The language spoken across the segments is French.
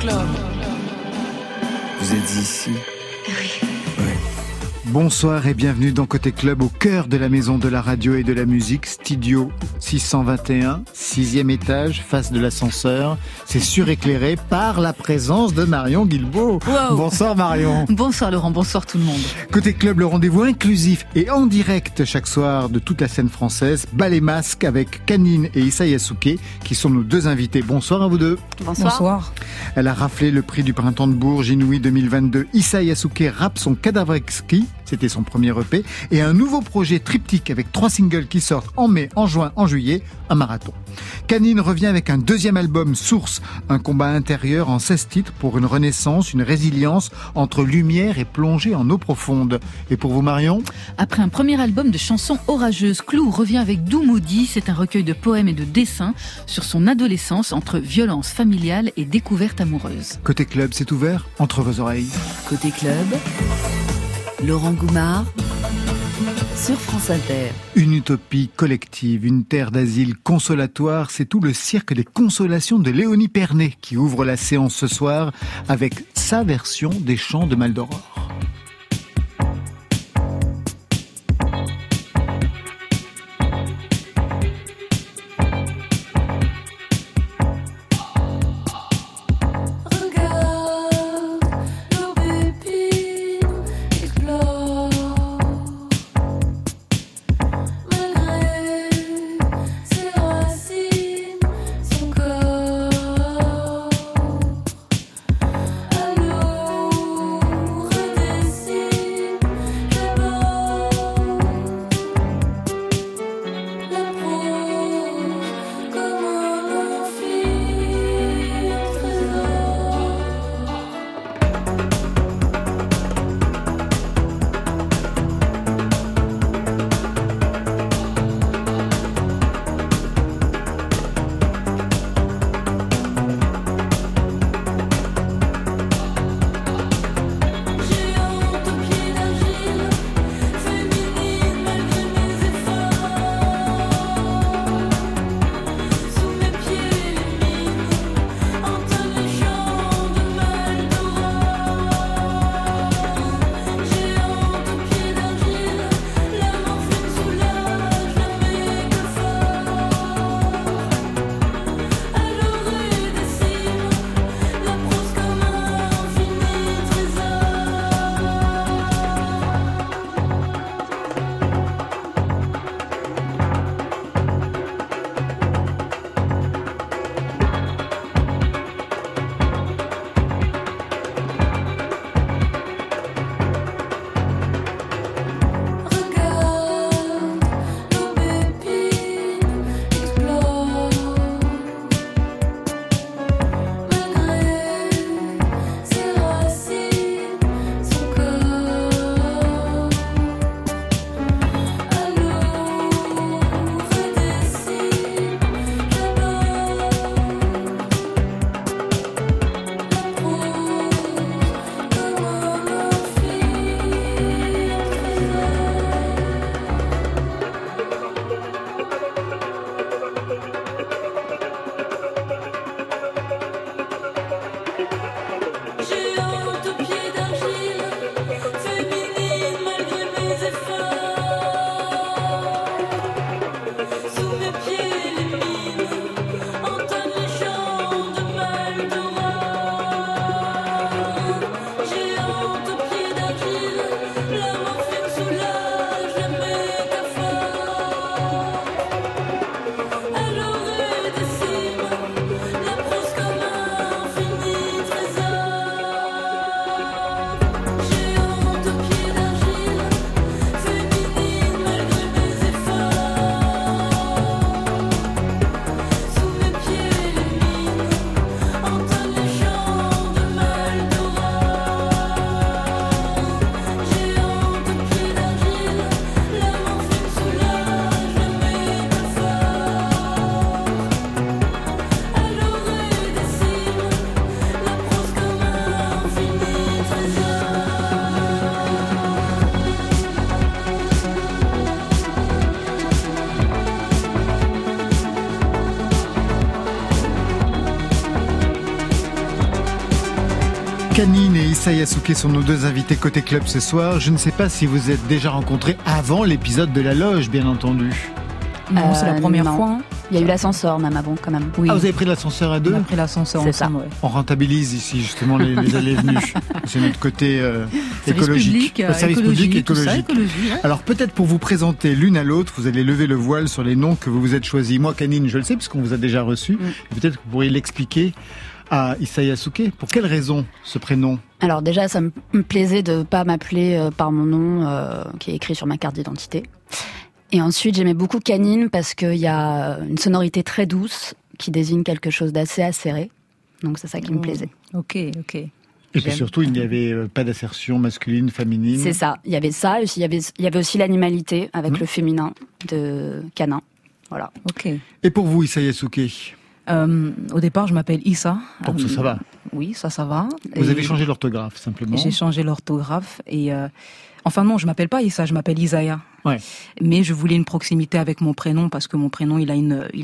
Club. Vous êtes ici? Oui. Bonsoir et bienvenue dans Côté Club, au cœur de la maison de la radio et de la musique, studio 621, 6e étage, face de l'ascenseur. C'est suréclairé par la présence de Marion Guilbault. Wow. Bonsoir Marion. Bonsoir Laurent, bonsoir tout le monde. Côté Club, le rendez-vous inclusif et en direct chaque soir de toute la scène française. Bas les masques avec Kanine et Issa Yasuke qui sont nos deux invités. Bonsoir à vous deux. Bonsoir. Elle a raflé le prix du Printemps de Bourges Inouï 2022. Issa Yasuke rappe son Cadavre exquis. C'était son premier EP. Et un nouveau projet triptyque avec 3 singles qui sortent en mai, en juin, en juillet. Un marathon. Kanine revient avec un deuxième album, Source. Un combat intérieur en 16 titres pour une renaissance, une résilience entre lumière et plongée en eau profonde. Et pour vous Marion? Après un premier album de chansons orageuses, Clou revient avec Doux Maudit. C'est un recueil de poèmes et de dessins sur son adolescence entre violence familiale et découverte amoureuse. Côté Club, c'est ouvert entre vos oreilles. Côté Club, Laurent Goumard sur France Inter. Une utopie collective, une terre d'asile consolatoire, c'est tout le cirque des consolations de Léonie Pernet qui ouvre la séance ce soir avec sa version des chants de Maldoror. Redescend Kanine et Issa Yasuke sont nos deux invités côté club ce soir. Je ne sais pas si vous êtes déjà rencontrés avant l'épisode de la loge, bien entendu. Non, c'est la première fois. Hein. Il y a eu l'ascenseur même avant, quand même. Oui. Ah, vous avez pris l'ascenseur à deux ? On a pris l'ascenseur ensemble, ouais. On rentabilise ici justement les allées et venues. C'est notre côté écologique. Service public, écologique. Ouais. Alors peut-être pour vous présenter l'une à l'autre, vous allez lever le voile sur les noms que vous vous êtes choisis. Moi, Kanine, je le sais parce qu'on vous a déjà reçu. Et peut-être que vous pourriez l'expliquer à Issa Yasuke. Pour quelle raison ce prénom ? Alors déjà, ça me plaisait de pas m'appeler par mon nom qui est écrit sur ma carte d'identité. Et ensuite, j'aimais beaucoup Kanine parce qu'il y a une sonorité très douce qui désigne quelque chose d'assez acéré. Donc c'est ça qui me plaisait. Ok. Et puis surtout, il n'y avait pas d'assertion masculine, féminine. C'est ça. Il y avait ça. Il y avait aussi l'animalité avec le féminin de canin. Voilà. Ok. Et pour vous, Issa Yasuke ? Au départ, je m'appelle Issa. Donc ça va. Oui, ça va. Vous avez changé l'orthographe, simplement. J'ai changé l'orthographe et... Enfin non, je m'appelle pas Issa, je m'appelle Isaiah. Ouais. Mais je voulais une proximité avec mon prénom parce que mon prénom il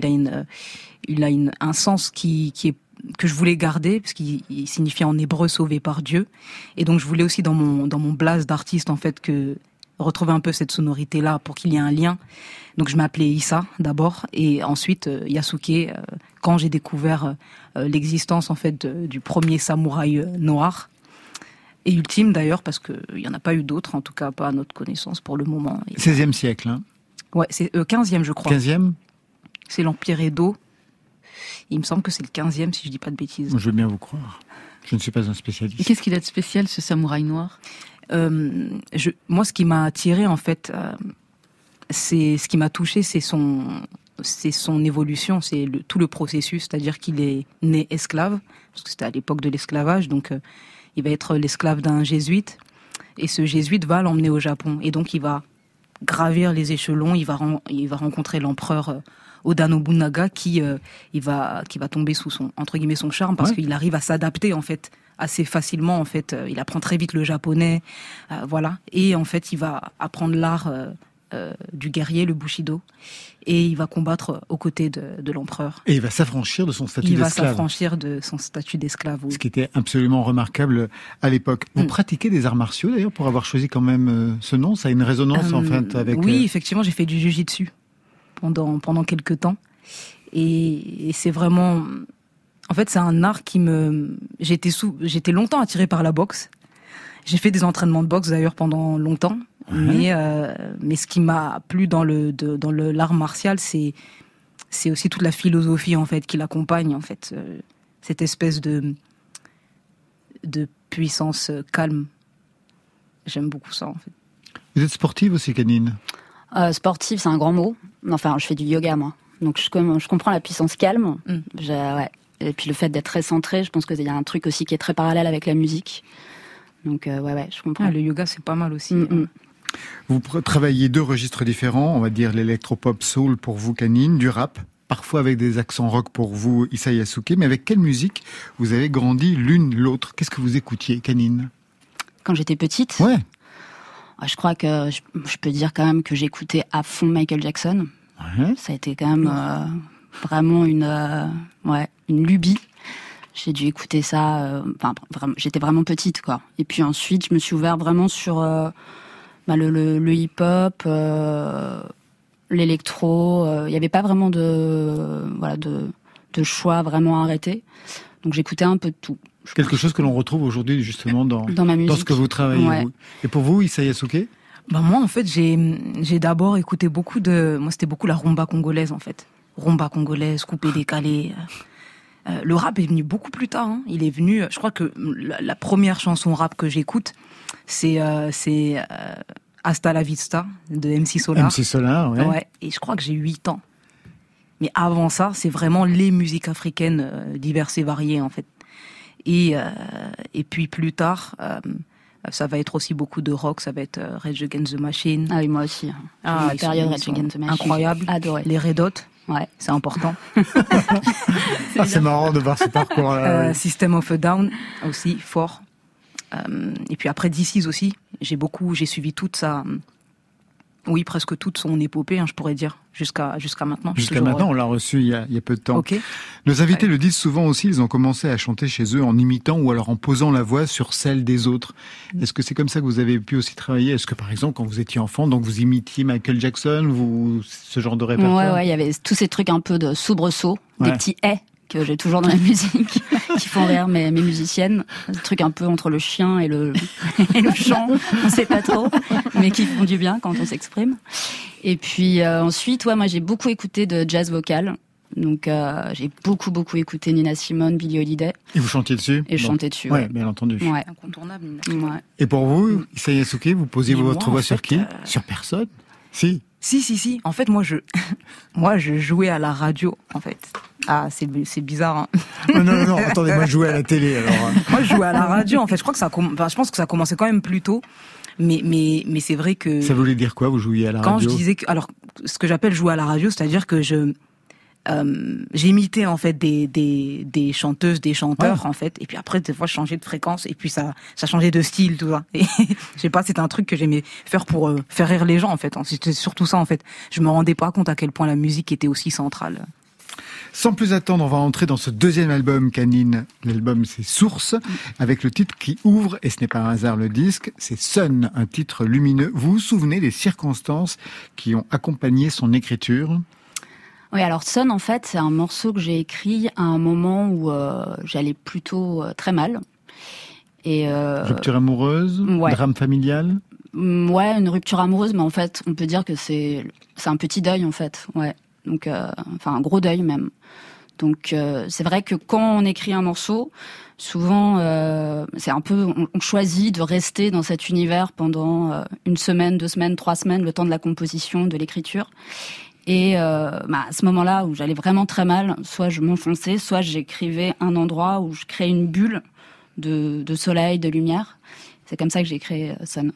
a un sens qui est que je voulais garder parce qu'il signifie en hébreu sauvé par Dieu. Et donc je voulais aussi dans mon blaze d'artiste en fait que retrouver un peu cette sonorité là pour qu'il y ait un lien. Donc je m'appelais Issa d'abord et ensuite Yasuke quand j'ai découvert l'existence en fait du premier samouraï noir. Et ultime d'ailleurs, parce qu'il n'y en a pas eu d'autres, en tout cas pas à notre connaissance pour le moment. 16e siècle, hein ? Ouais, c'est 15e je crois. 15e ? C'est l'Empire Edo. Il me semble que c'est le 15e si je dis pas de bêtises. Je veux bien vous croire. Je ne suis pas un spécialiste. Et qu'est-ce qu'il a de spécial ce samouraï noir ? Moi, ce qui m'a attiré en fait, c'est ce qui m'a touché, c'est son évolution, c'est tout le processus, c'est-à-dire qu'il est né esclave, parce que c'était à l'époque de l'esclavage, donc... il va être l'esclave d'un jésuite, et ce jésuite va l'emmener au Japon. Et donc, il va gravir les échelons, il va rencontrer l'empereur Oda Nobunaga, qui va tomber sous son, entre guillemets, son charme, parce qu'il arrive à s'adapter, en fait, assez facilement, en fait. Il apprend très vite le japonais, voilà. Et, en fait, il va apprendre l'art du guerrier, le Bushido, et il va combattre aux côtés de l'empereur. Et il va s'affranchir de son statut d'esclave. Il va s'affranchir de son statut d'esclave, oui. Ce qui était absolument remarquable à l'époque. Vous pratiquez des arts martiaux, d'ailleurs, pour avoir choisi quand même ce nom ? Ça a une résonance, en fait, avec... Oui, effectivement, j'ai fait du jiu-jitsu pendant quelques temps. Et c'est vraiment... En fait, c'est un art qui me... J'étais longtemps attirée par la boxe. J'ai fait des entraînements de boxe, d'ailleurs, pendant longtemps. Mais ce qui m'a plu dans l'art martial, c'est aussi toute la philosophie en fait qui l'accompagne en fait, cette espèce de puissance calme. J'aime beaucoup ça en fait. Vous êtes sportive aussi, Kanine ? Sportive, c'est un grand mot. Enfin, je fais du yoga moi, donc je comprends la puissance calme. Et puis le fait d'être très centré, je pense qu'il y a un truc aussi qui est très parallèle avec la musique. Donc je comprends. Le yoga c'est pas mal aussi. Vous travaillez deux registres différents, on va dire l'électropop soul pour vous, Kanine, du rap, parfois avec des accents rock pour vous, Issa Yasuke, mais avec quelle musique vous avez grandi l'une l'autre ? Qu'est-ce que vous écoutiez, Kanine ? Quand j'étais petite ? Ouais. Je crois que je peux dire quand même que j'écoutais à fond Michael Jackson. Ouais. Ça a été quand même vraiment une lubie. J'ai dû écouter ça, vraiment, j'étais vraiment petite, quoi. Et puis ensuite, je me suis ouverte vraiment sur le hip-hop, l'électro. Il n'y avait pas vraiment de choix vraiment arrêté. Donc j'écoutais un peu de tout. Quelque chose que l'on retrouve aujourd'hui justement dans ma musique. Dans ce que vous travaillez. Ouais. Vous. Et pour vous, Issa Yasuke ? Moi, en fait, j'ai d'abord écouté moi, c'était beaucoup la rumba congolaise, en fait. Rumba congolaise, coupé, décalé. Le rap est venu beaucoup plus tard. Il est venu. Je crois que la première chanson rap que j'écoute, c'est Hasta la Vista de MC Solar. MC Solar, ouais. Et je crois que j'ai 8 ans. Mais avant ça, c'est vraiment les musiques africaines diverses et variées en fait. Et puis plus tard, ça va être aussi beaucoup de rock. Ça va être Rage Against the Machine. Ah oui, moi aussi. La période Rage Against the Machine. Incroyable. Adoré. Les Red Hot. Ouais, c'est important. C'est marrant de voir ce parcours-là. System of a Down aussi fort. Et puis après DC's aussi, j'ai suivi toute sa Oui, presque toute son épopée, je pourrais dire, jusqu'à maintenant. Jusqu'à maintenant, on l'a reçu il y a peu de temps. Okay. Nos invités le disent souvent aussi, ils ont commencé à chanter chez eux en imitant ou alors en posant la voix sur celle des autres. Est-ce que c'est comme ça que vous avez pu aussi travailler ? Est-ce que par exemple, quand vous étiez enfant, donc vous imitiez Michael Jackson, ce genre de répertoire ? Ouais, il y avait tous ces trucs un peu de soubresauts, des petits haies que j'ai toujours dans la musique, qui font rire mes musiciennes. Des trucs un peu entre le chien et le chant, on sait pas trop, mais qui font du bien quand on s'exprime. Et puis ensuite, moi j'ai beaucoup écouté de jazz vocal. Donc j'ai beaucoup écouté Nina Simone, Billie Holiday. Et vous chantiez dessus ? Et je chantais dessus. Ouais, bien entendu. Ouais. Incontournable. Ouais. Et pour vous, Issa Yasuke, vous posiez votre voix sur qui ? Sur personne ? Si. En fait, moi, je jouais à la radio, en fait. Ah, c'est bizarre, hein. Non, attendez, moi, je jouais à la télé, alors. Moi, je jouais à la radio, en fait. Je pense que ça commençait quand même plus tôt. Mais c'est vrai que... Ça voulait dire quoi, vous jouiez à la radio ? Quand je disais que... Alors, ce que j'appelle jouer à la radio, c'est-à-dire que j'imitais en fait des chanteuses, des chanteurs en fait, et puis après des fois je changeais de fréquence et puis ça changeait de style, tout ça. Et je sais pas, c'était un truc que j'aimais faire pour faire rire les gens en fait. C'était surtout ça en fait. Je me rendais pas compte à quel point la musique était aussi centrale. Sans plus attendre, on va entrer dans ce deuxième album Canine. L'album c'est Source, avec le titre qui ouvre, et ce n'est pas un hasard le disque, c'est Sun, un titre lumineux. Vous vous souvenez des circonstances qui ont accompagné son écriture ? Oui, alors Sun, en fait, c'est un morceau que j'ai écrit à un moment où j'allais plutôt très mal. Et rupture amoureuse, drame familial. Ouais, une rupture amoureuse, mais en fait, on peut dire que c'est un petit deuil, en fait. Ouais, donc un gros deuil même. Donc c'est vrai que quand on écrit un morceau, souvent c'est un peu, on choisit de rester dans cet univers pendant 1 semaine, 2 semaines, 3 semaines, le temps de la composition, de l'écriture. Et à ce moment-là où j'allais vraiment très mal, soit je m'enfonçais, soit j'écrivais un endroit où je créais une bulle de soleil, de lumière. C'est comme ça que j'ai créé Sun.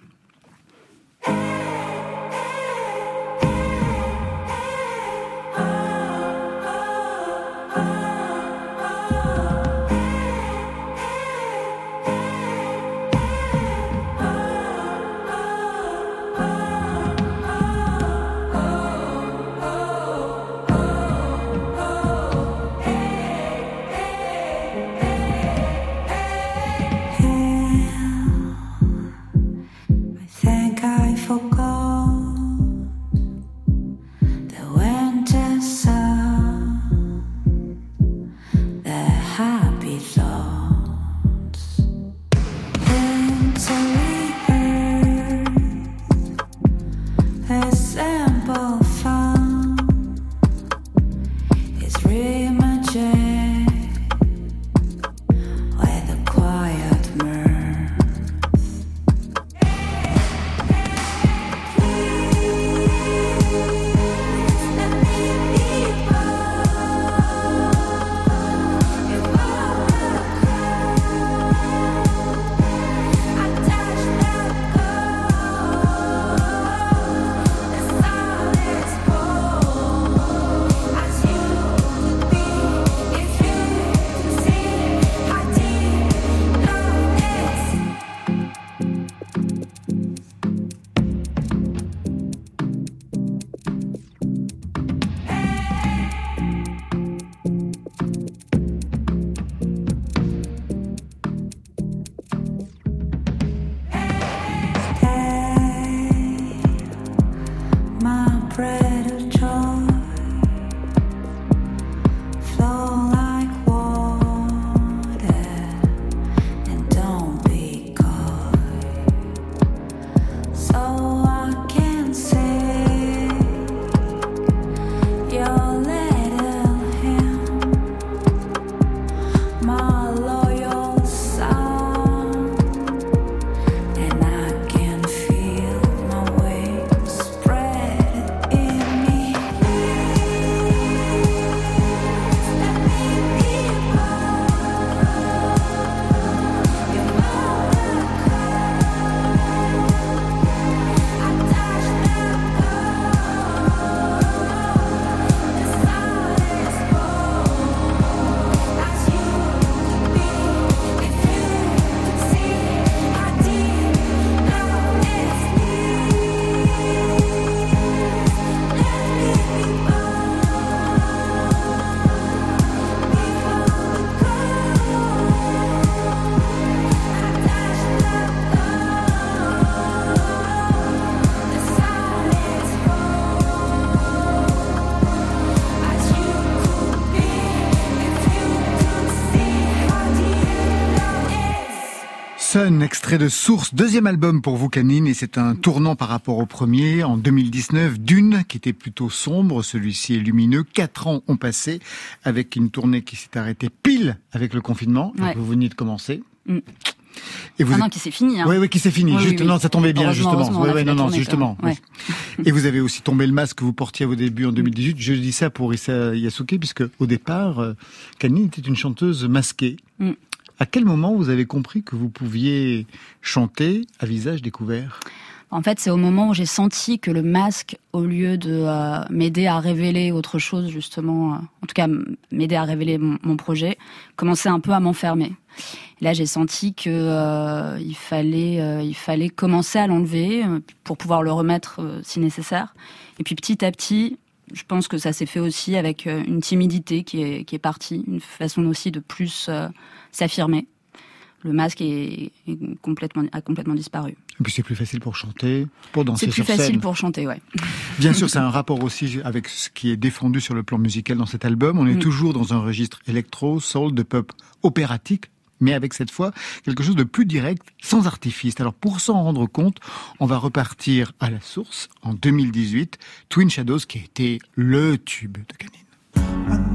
Sun, extrait de Source, deuxième album pour vous Canine, et c'est un tournant par rapport au premier. En 2019, Dune, qui était plutôt sombre, celui-ci est lumineux. 4 ans ont passé avec une tournée qui s'est arrêtée pile avec le confinement. Donc vous veniez de commencer. Et vous non, qui s'est fini. Hein. Oui, qui s'est fini. Oui, justement, oui. Ça tombait bien, justement. Non, justement. Ouais. Et vous avez aussi tombé le masque que vous portiez à vos débuts en 2018. Je dis ça pour Issa Yasuke, puisque au départ, Canine était une chanteuse masquée. À quel moment vous avez compris que vous pouviez chanter à visage découvert ? En fait, c'est au moment où j'ai senti que le masque, au lieu de m'aider à révéler autre chose, justement, en tout cas m'aider à révéler mon projet, commençait un peu à m'enfermer. Et là, j'ai senti que il fallait commencer à l'enlever pour pouvoir le remettre si nécessaire. Et puis petit à petit, je pense que ça s'est fait aussi avec une timidité qui est partie, une façon aussi de plus s'affirmer. Le masque a complètement disparu. Et puis c'est plus facile pour chanter, pour danser sur scène. C'est plus facile pour chanter, ouais. Bien sûr, c'est un rapport aussi avec ce qui est défendu sur le plan musical dans cet album. On est toujours dans un registre électro, soul, de pop opératique, mais avec cette fois quelque chose de plus direct, sans artifice. Alors pour s'en rendre compte, on va repartir à la source, en 2018, Twin Shadows, qui a été le tube de Canine.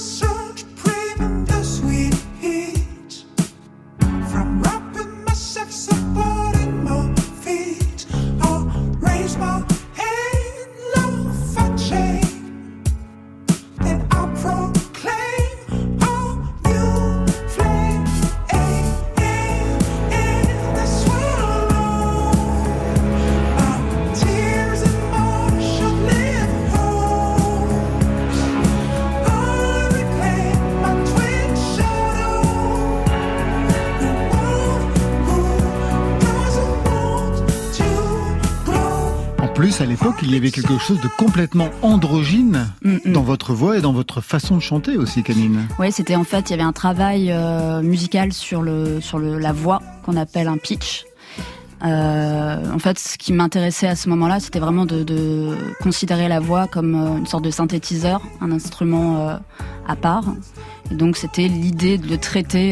Plus, à l'époque, il y avait quelque chose de complètement androgyne dans votre voix et dans votre façon de chanter aussi, Canine. Oui, c'était en fait, il y avait un travail musical sur la voix qu'on appelle un pitch. En fait, ce qui m'intéressait à ce moment-là, c'était vraiment de considérer la voix comme une sorte de synthétiseur, un instrument à part. Et donc, c'était l'idée de le traiter,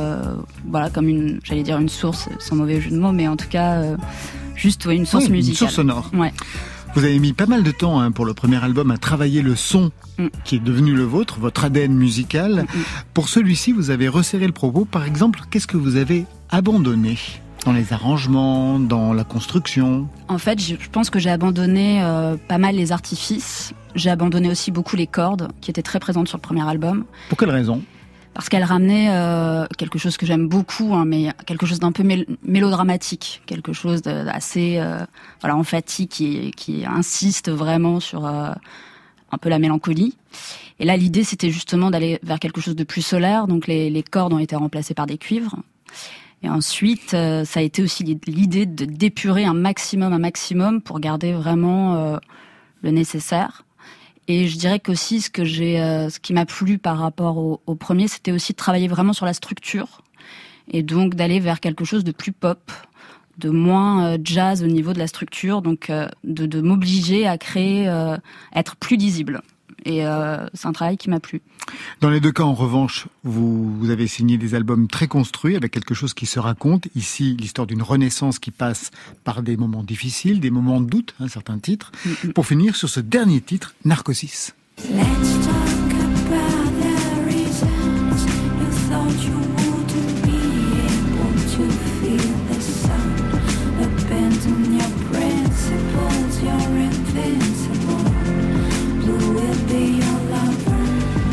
comme une source, sans mauvais jeu de mots, mais en tout cas, juste une source musicale. Une source sonore. Ouais. Vous avez mis pas mal de temps pour le premier album à travailler le son qui est devenu le vôtre, votre ADN musical. Pour celui-ci, vous avez resserré le propos. Par exemple, qu'est-ce que vous avez abandonné dans les arrangements, dans la construction? En fait, je pense que j'ai abandonné pas mal les artifices. J'ai abandonné aussi beaucoup les cordes qui étaient très présentes sur le premier album. Pour quelle raison? Parce qu'elle ramenait quelque chose que j'aime beaucoup, mais quelque chose d'un peu mélodramatique, quelque chose d'assez emphatique qui insiste vraiment sur un peu la mélancolie. Et là, l'idée, c'était justement d'aller vers quelque chose de plus solaire. Donc les cordes ont été remplacées par des cuivres. Et ensuite, ça a été aussi l'idée d'épurer un maximum pour garder vraiment le nécessaire. Et je dirais qu'aussi ce qui m'a plu par rapport au premier, c'était aussi de travailler vraiment sur la structure et donc d'aller vers quelque chose de plus pop, de moins jazz au niveau de la structure, donc de m'obliger à créer, à être plus lisible. Et c'est un travail qui m'a plu. Dans les deux cas, en revanche, vous avez signé des albums très construits avec quelque chose qui se raconte. Ici, l'histoire d'une renaissance qui passe par des moments difficiles, des moments de doute, certains titres. Pour finir sur ce dernier titre, Narcosis. Let's talk about the reasons you thought you wouldn't be able to feel the sun. Abandon your principles, you're invincible. Blue will be your lover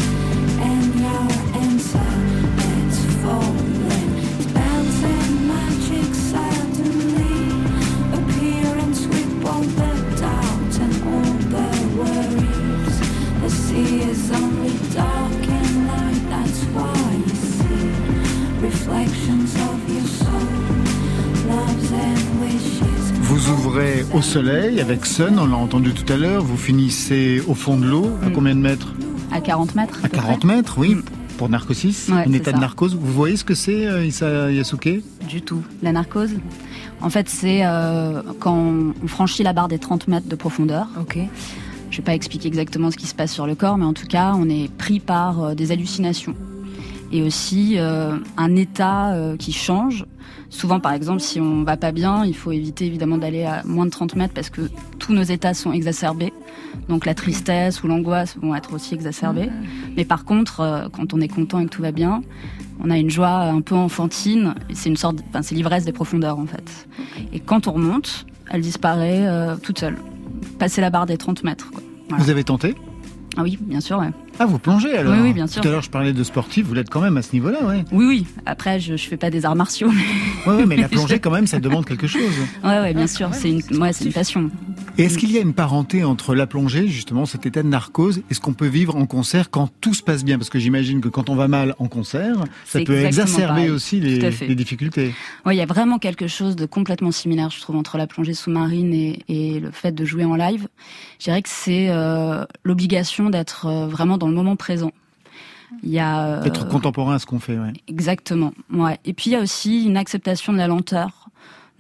and your answer. It's falling. Spells and magic suddenly appear and sweep all the doubts and all the worries. The sea is only dark and light, that's why you see reflections of your soul, loves and wishes. Vous ouvrez au soleil avec Sun, on l'a entendu tout à l'heure, vous finissez au fond de l'eau, à combien de mètres? À 40 mètres. À 40 mètres, oui, pour Narcosis, ouais, un état ça. de narcose. Vous voyez ce que c'est, Issa Yasuke? Du tout. La narcose, en fait, c'est quand on franchit la barre des 30 mètres de profondeur. Ok. Je vais pas expliquer exactement ce qui se passe sur le corps, mais en tout cas, on est pris par des hallucinations. et aussi un état qui change. Souvent, par exemple, si on va pas bien, il faut éviter évidemment d'aller à moins de 30 mètres parce que tous nos états sont exacerbés. Donc la tristesse ou l'angoisse vont être aussi exacerbées. Mais par contre, quand on est content et que tout va bien, on a une joie un peu enfantine. Et c'est c'est l'ivresse des profondeurs en fait. Et quand on remonte, elle disparaît toute seule. Passer la barre des 30 mètres. Quoi. Voilà. Vous avez tenté ? Ah oui, bien sûr, ouais. Ah, vous plongez alors ? Oui, bien sûr. Tout à l'heure, je parlais de sportif, vous l'êtes quand même à ce niveau-là, ouais. Oui. Après, je fais pas des arts martiaux. Ouais, mais la plongée, quand même, ça demande quelque chose. Ouais, bien sûr. C'est une passion. Et est-ce qu'il y a une parenté entre la plongée, justement, cet état de narcose, et ce qu'on peut vivre en concert quand tout se passe bien ? Parce que j'imagine que quand on va mal en concert, ça peut exacerber pareil. Aussi les difficultés. Ouais, il y a vraiment quelque chose de complètement similaire, je trouve, entre la plongée sous-marine et le fait de jouer en live. Je dirais que c'est l'obligation d'être vraiment dans le moment présent. Il y a être contemporain à ce qu'on fait, ouais. Exactement. Ouais. Et puis il y a aussi une acceptation de la lenteur,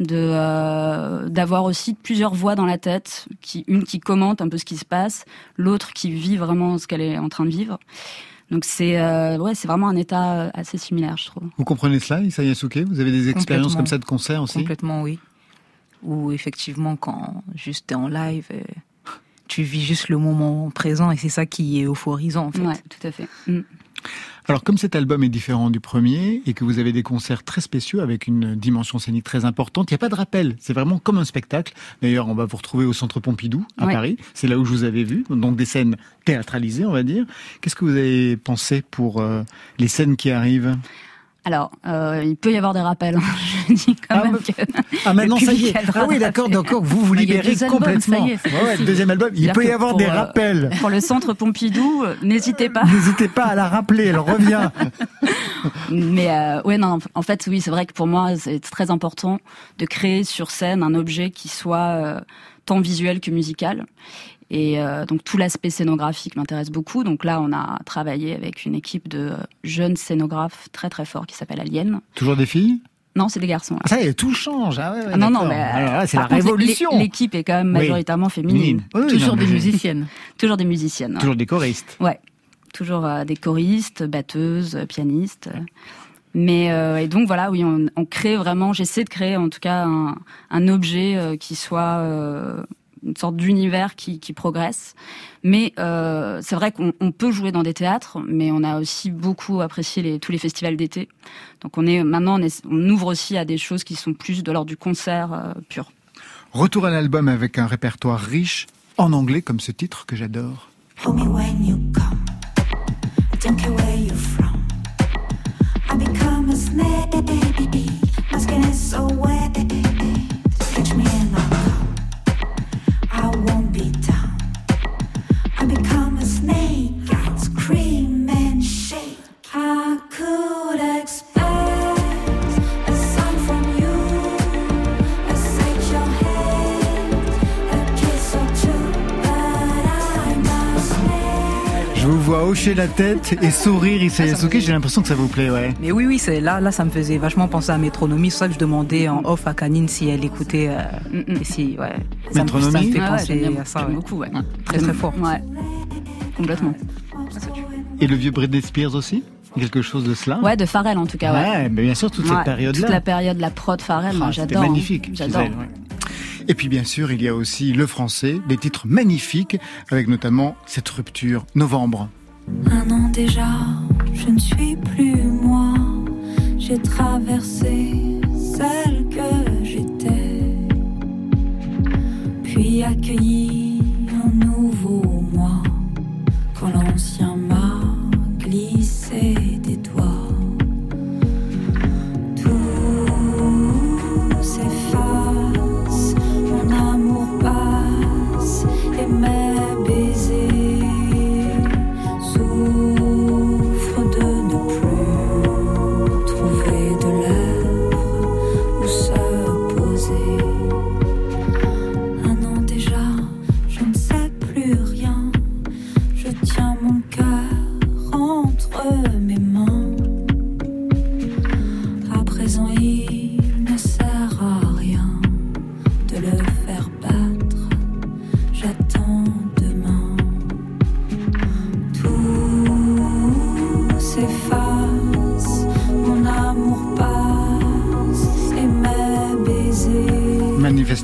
d'avoir aussi plusieurs voix dans la tête, une qui commente un peu ce qui se passe, l'autre qui vit vraiment ce qu'elle est en train de vivre. Donc c'est vraiment un état assez similaire, je trouve. Vous comprenez cela, Issa Yasuke ? Vous avez des expériences comme ça de concert aussi ? Complètement, oui. Ou effectivement, quand juste t'es en live, tu vis juste le moment présent et c'est ça qui est euphorisant en fait. Ouais, tout à fait. Alors comme cet album est différent du premier et que vous avez des concerts très spéciaux avec une dimension scénique très importante, il n'y a pas de rappel, c'est vraiment comme un spectacle. D'ailleurs, on va vous retrouver au Centre Pompidou à Paris, c'est là où je vous avais vu, donc des scènes théâtralisées on va dire. Qu'est-ce que vous avez pensé pour les scènes qui arrivent ? Alors, il peut y avoir des rappels. Je dis quand même que... Ah, maintenant, ça y est. Ah oui, d'accord, vous libérez complètement. Le deuxième album, il peut y avoir des rappels. Pour le Centre Pompidou, n'hésitez pas. N'hésitez pas à la rappeler, elle revient. Mais en fait, oui, c'est vrai que pour moi, c'est très important de créer sur scène un objet qui soit tant visuel que musical. Et donc tout l'aspect scénographique m'intéresse beaucoup. Donc là, on a travaillé avec une équipe de jeunes scénographes très très forts qui s'appelle Alien. Toujours des filles ? Non, c'est des garçons. Là. Ça y est, tout change. Ah ouais, non, mais alors là, c'est la révolution. L'équipe est quand même majoritairement féminine. Oui, toujours des musiciennes. Toujours des musiciennes. Toujours des choristes. Ouais, toujours des choristes, batteuses, pianistes. Mais et donc voilà, oui, on crée vraiment. J'essaie de créer en tout cas un objet qui soit une sorte d'univers qui progresse. Mais c'est vrai qu'on peut jouer dans des théâtres, mais on a aussi beaucoup apprécié tous les festivals d'été. Donc on ouvre aussi à des choses qui sont plus de l'ordre du concert pur. Retour à l'album avec un répertoire riche, en anglais comme ce titre que j'adore. Hold me when you come. Don't care where you're from. I become a snake. My skin is so wet. Catch me and I'll come. I won't be down. I become a snake. I scream and shake. I could expect a sign from you, a shake your head, a kiss or two, but I'm a snake. Je vous vois hocher la tête et sourire, Issa Yasuke, j'ai l'impression que ça vous plaît, ouais. Mais oui, c'est là, ça me faisait vachement penser à Métronomie. C'est ça que je demandais en off à Canine si elle écoutait. Si, ouais. Métronomie. Ça me fait penser à ça. J'aime beaucoup, ouais. Très très fort. Ouais, complètement. Et le vieux Britney Spears aussi ? Quelque chose de cela ? Ouais, de Pharrell en tout cas. Ouais, mais bien sûr, toute cette période-là. Toute la période de la prod Pharrell, moi, j'adore. C'était magnifique. J'adore. Ouais. Et puis bien sûr, il y a aussi le français, des titres magnifiques, avec notamment cette rupture, Novembre. Un an déjà, je ne suis plus moi. J'ai traversé celle que j'étais, puis accueilli un nouveau moi, quand l'ancien m'a glissé des doigts. Tout s'efface, mon amour passe et mes baisers souffre de ne plus trouver de lèvres où se poser. Un an déjà, je ne sais plus rien. Je tiens mon cœur entre mes mains. À présent, il ne sert à rien de le faire battre. J'attends demain. Tout s'efface,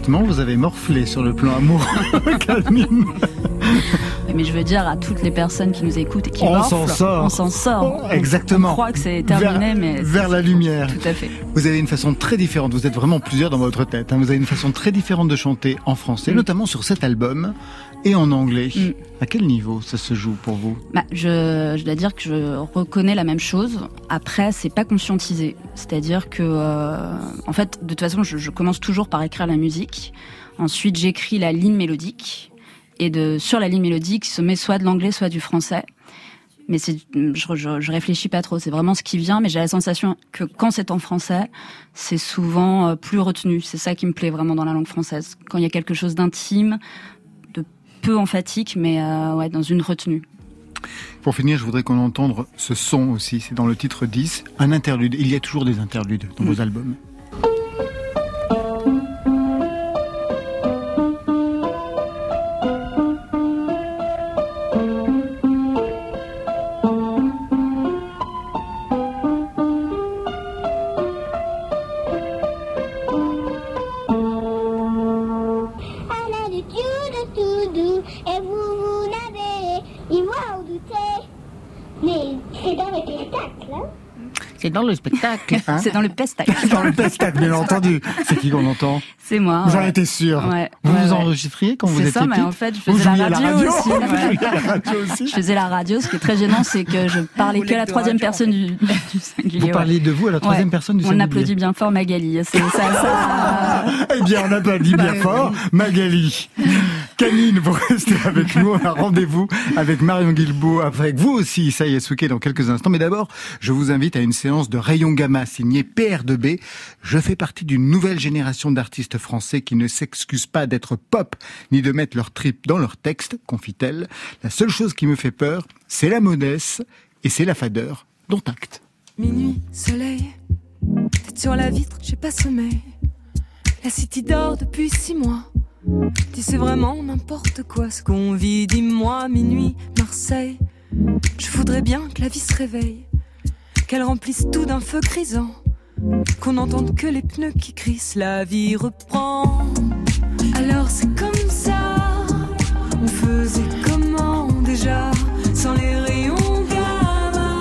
Honnêtement, vous avez morflé sur le plan amoureux, Camille. Mais je veux dire à toutes les personnes qui nous écoutent et qui morflent, on s'en sort. Oh, exactement. On croit que c'est terminé, mais... Vers la lumière. Tout à fait. Vous avez une façon très différente, vous êtes vraiment plusieurs dans votre tête, hein. Vous avez une façon très différente de chanter en français, notamment sur cet album, et en anglais. À quel niveau ça se joue pour vous ? Je dois dire que je reconnais la même chose. Après, c'est pas conscientisé. C'est-à-dire que, en fait, de toute façon, je commence toujours par écrire la musique. Ensuite, j'écris la ligne mélodique. Et sur la ligne mélodique, se met soit de l'anglais, soit du français. Mais je réfléchis pas trop. C'est vraiment ce qui vient, mais j'ai la sensation que quand c'est en français, c'est souvent plus retenu. C'est ça qui me plaît vraiment dans la langue française. Quand il y a quelque chose d'intime, de peu emphatique, mais dans une retenue. Pour finir, je voudrais qu'on entende ce son aussi. C'est dans le titre 10, un interlude. Il y a toujours des interludes dans vos albums. C'est dans le spectacle. Hein? C'est dans le pestacle. Dans le pestacle, bien entendu. C'est qui qu'on entend ? C'est moi. J'en étais sûr. Ouais, vous enregistriez quand vous étiez petite ? C'est ça, mais en fait, je faisais la radio aussi. aussi. Je faisais la radio. Ce qui est très gênant, c'est que je parlais que à la troisième personne du singulier. Vous parliez de vous à la troisième personne du singulier. On applaudit bien fort Magali. C'est ça. Eh bien, on applaudit bien fort Magali. Camille, vous restez avec nous. On a rendez-vous avec Marion Guilbault, avec vous aussi, Issa Yasuke, dans quelques instants. Mais d'abord, je vous invite à une séance de Rayon Gamma signée PR2B. Je fais partie d'une nouvelle génération d'artistes français qui ne s'excusent pas d'être pop, ni de mettre leur trip dans leurs textes, confie-t-elle. La seule chose qui me fait peur, c'est la modesse et c'est la fadeur, dont acte. Minuit, soleil, tête sur la vitre, j'ai pas sommeil. La city dort depuis 6 mois. Dis c'est vraiment n'importe quoi ce qu'on vit, dis-moi. Minuit, Marseille, je voudrais bien que la vie se réveille, qu'elle remplisse tout d'un feu grisant, qu'on n'entende que les pneus qui crissent. La vie reprend. Alors c'est comme ça. On faisait comment déjà sans les rayons gamma?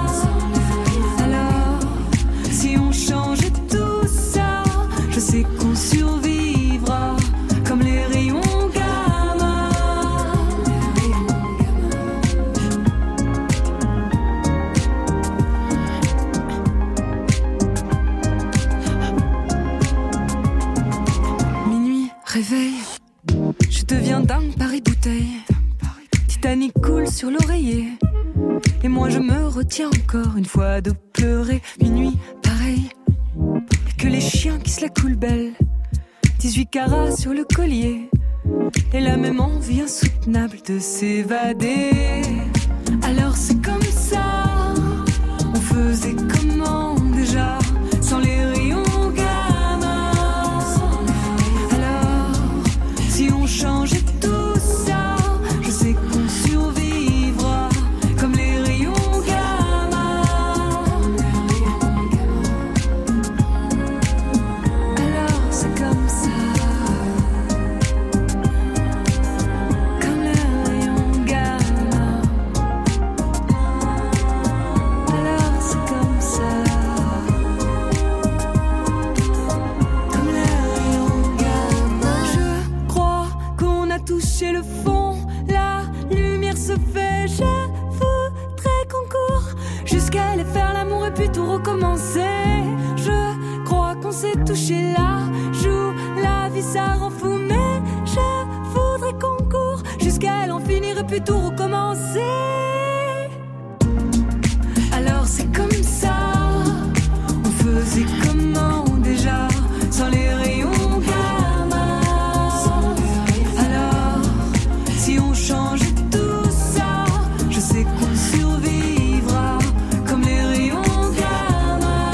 Alors si on changeait tout ça, je sais qu'on survivra comme les rayons gamma. Minuit, réveil, je deviens dingue Paris-Bouteille. Titanic coule sur l'oreiller, et moi je me retiens encore une fois de pleurer. Minuit, pareil, et que les chiens qui se la coulent belle. 18 carats sur le collier, et la même envie insoutenable de s'évader. Alors c'est comme ça. On faisait comment déjà sans les rayons gamma? Alors si on changeait tout ça, je sais qu'on survivra comme les rayons gamma. Alors c'est comme ça, comme les rayons gamma. Alors c'est comme ça, comme les rayons gamma. Je crois qu'on a touché le fond, la lumière se fait. Je voudrais qu'on court jusqu'à aller faire l'amour et puis tout recommencer. Je crois qu'on s'est touché là, joue la vie ça rend fou, mais je voudrais qu'on court jusqu'à elle en finir et puis tout recommencer. Alors c'est comme ça. On faisait comment déjà sans les rayons gamma? Alors si on changeait tout ça, je sais qu'on survivra comme les rayons gamma.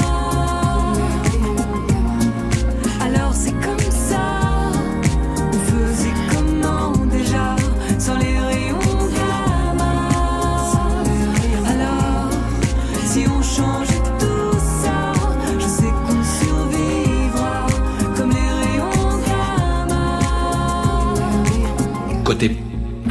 Alors c'est comme ça. On faisait comment déjà sans les rayons gamma? Alors si on changeait tout ça, je sais qu'on survivra comme les rayons gamma.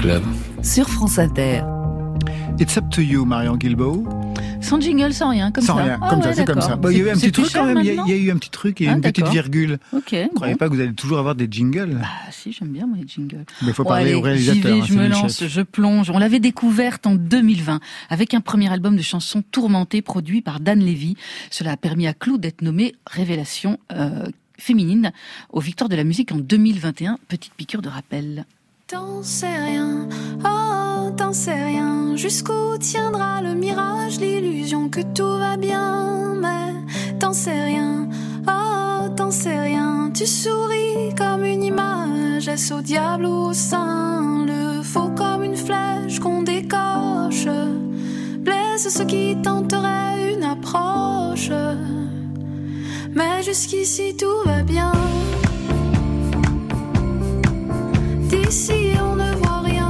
Club. Sur France Inter. It's up to you, Marion Guilbeault. Sans jingle, sans rien, comme Sans ça. rien, comme ça, c'est comme ça. Bon, il y a eu un petit truc quand même, il y a eu un petit truc et une petite virgule. Ok. Vous ne croyez pas que vous allez toujours avoir des jingles? Bah si, j'aime bien moi les jingles. Mais il faut parler au réalisateur. J'y vais, je me lance, je plonge. On l'avait découverte en 2020 avec un premier album de chansons tourmentées produit par Dan Levy. Cela a permis à Clou d'être nommée révélation féminine aux Victoires de la musique en 2021. Petite piqûre de rappel. T'en sais rien, oh t'en sais rien. Jusqu'où tiendra le mirage, l'illusion que tout va bien. Mais t'en sais rien, oh t'en sais rien. Tu souris comme une image, est-ce au diable ou au saint? Le faux comme une flèche qu'on décoche, blesse ceux qui tenteraient une approche. Mais jusqu'ici tout va bien. D'ici on ne voit rien.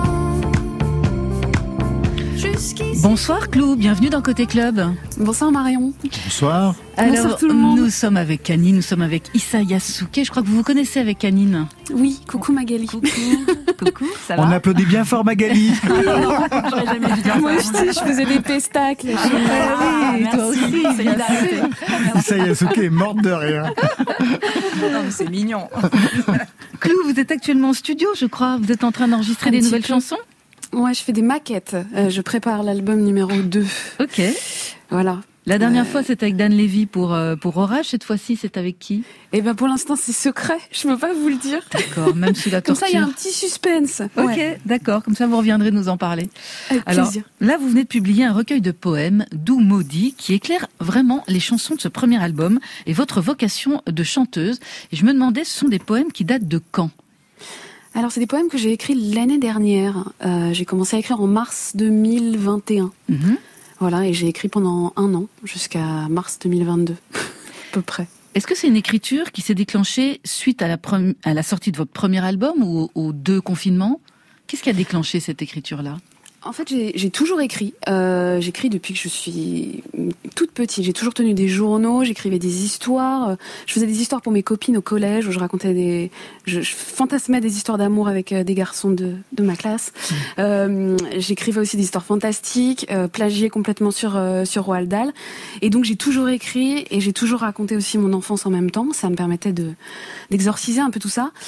Jusqu'ici. Bonsoir Clou, bienvenue dans Côté Club. Bonsoir Marion. Bonsoir. Alors, bonsoir tout le monde. Nous sommes avec Canine, nous sommes avec Issa Yasuke. Je crois que vous vous connaissez avec Canine. Oui, coucou Magali. Coucou, ça va? On applaudit bien fort Magali. J'aurais jamais dû dire. Moi je faisais des pestacles. Oui, toi aussi. Issa Yasuke est morte de rire. Non, mais c'est mignon. Clou, vous êtes actuellement en studio, je crois. Vous êtes en train d'enregistrer des nouvelles chansons? Ouais, je fais des maquettes. Je prépare l'album numéro 2. Ok. Voilà. La dernière fois, c'était avec Dan Levy pour Orage. Cette fois-ci, c'est avec qui? Eh ben, pour l'instant, c'est secret. Je peux pas vous le dire. D'accord, même sous la Comme torture. ça, il y a un petit suspense. Ok, Ouais. d'accord. Comme ça, vous reviendrez nous en parler. Avec Alors, plaisir. là, vous venez de publier un recueil de poèmes, Doux Maudit, qui éclaire vraiment les chansons de ce premier album et votre vocation de chanteuse. Et je me demandais, ce sont des poèmes qui datent de quand? Alors, c'est des poèmes que j'ai écrits l'année dernière. J'ai commencé à écrire en mars 2021. Mhm. Voilà, et j'ai écrit pendant 1 an, jusqu'à mars 2022, à peu près. Est-ce que c'est une écriture qui s'est déclenchée suite à la sortie de votre premier album ou aux 2 confinements? Qu'est-ce qui a déclenché cette écriture-là? En fait, j'ai toujours écrit. J'écris depuis que je suis toute petite. J'ai toujours tenu des journaux, j'écrivais des histoires. Je faisais des histoires pour mes copines au collège où je racontais je fantasmais des histoires d'amour avec des garçons de ma classe. J'écrivais aussi des histoires fantastiques, plagiées complètement sur Roald Dahl. Et donc j'ai toujours écrit et j'ai toujours raconté aussi mon enfance en même temps. Ça me permettait d'exorciser un peu tout ça.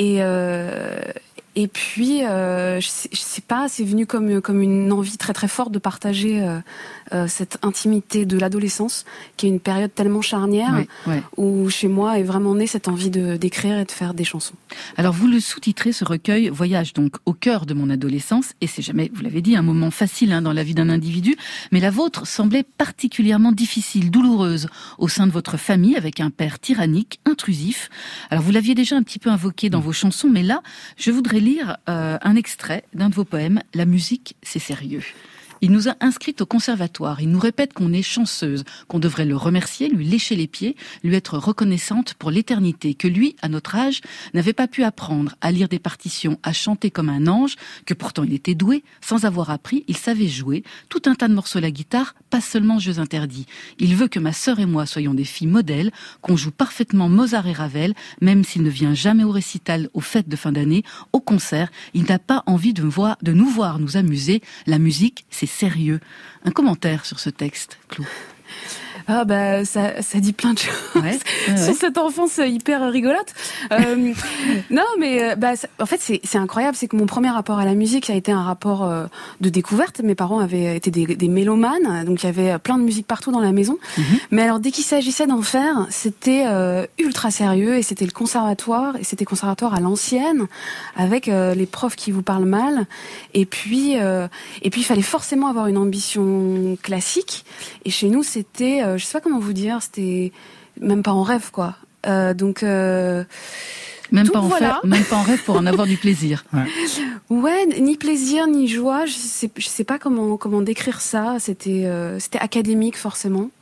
Et puis, je sais pas, c'est venu comme une envie très très forte de partager cette intimité de l'adolescence, qui est une période tellement charnière, où chez moi est vraiment née cette envie d'écrire et de faire des chansons. Alors vous le sous-titrez, ce recueil voyage donc au cœur de mon adolescence, et c'est jamais, vous l'avez dit, un moment facile dans la vie d'un individu, mais la vôtre semblait particulièrement difficile, douloureuse, au sein de votre famille, avec un père tyrannique, intrusif. Alors vous l'aviez déjà un petit peu invoqué dans vos chansons, mais là, je voudrais lire un extrait d'un de vos poèmes, « La musique, c'est sérieux ». Il nous a inscrites au conservatoire. Il nous répète qu'on est chanceuse, qu'on devrait le remercier, lui lécher les pieds, lui être reconnaissante pour l'éternité, que lui, à notre âge, n'avait pas pu apprendre à lire des partitions, à chanter comme un ange, que pourtant il était doué. Sans avoir appris, il savait jouer tout un tas de morceaux à la guitare, pas seulement jeux interdits. Il veut que ma sœur et moi soyons des filles modèles, qu'on joue parfaitement Mozart et Ravel, même s'il ne vient jamais au récital, aux fêtes de fin d'année, au concert. Il n'a pas envie de nous voir nous amuser. La musique, c'est sérieux. Un commentaire sur ce texte, Clou? Ah bah ça dit plein de choses sur cette enfance hyper rigolote. Non mais en fait c'est incroyable, c'est que mon premier rapport à la musique, ça a été un rapport de découverte. Mes parents avaient été des mélomanes, donc il y avait plein de musique partout dans la maison. Mais alors dès qu'il s'agissait d'en faire, c'était ultra sérieux, et c'était le conservatoire, et c'était conservatoire à l'ancienne, avec les profs qui vous parlent mal, et puis il fallait forcément avoir une ambition classique, et chez nous c'était je sais pas comment vous dire, c'était même pas en rêve, quoi. Même pas en rêve pour en avoir du plaisir. Ouais, ni plaisir ni joie. Je sais pas comment décrire ça. C'était académique forcément.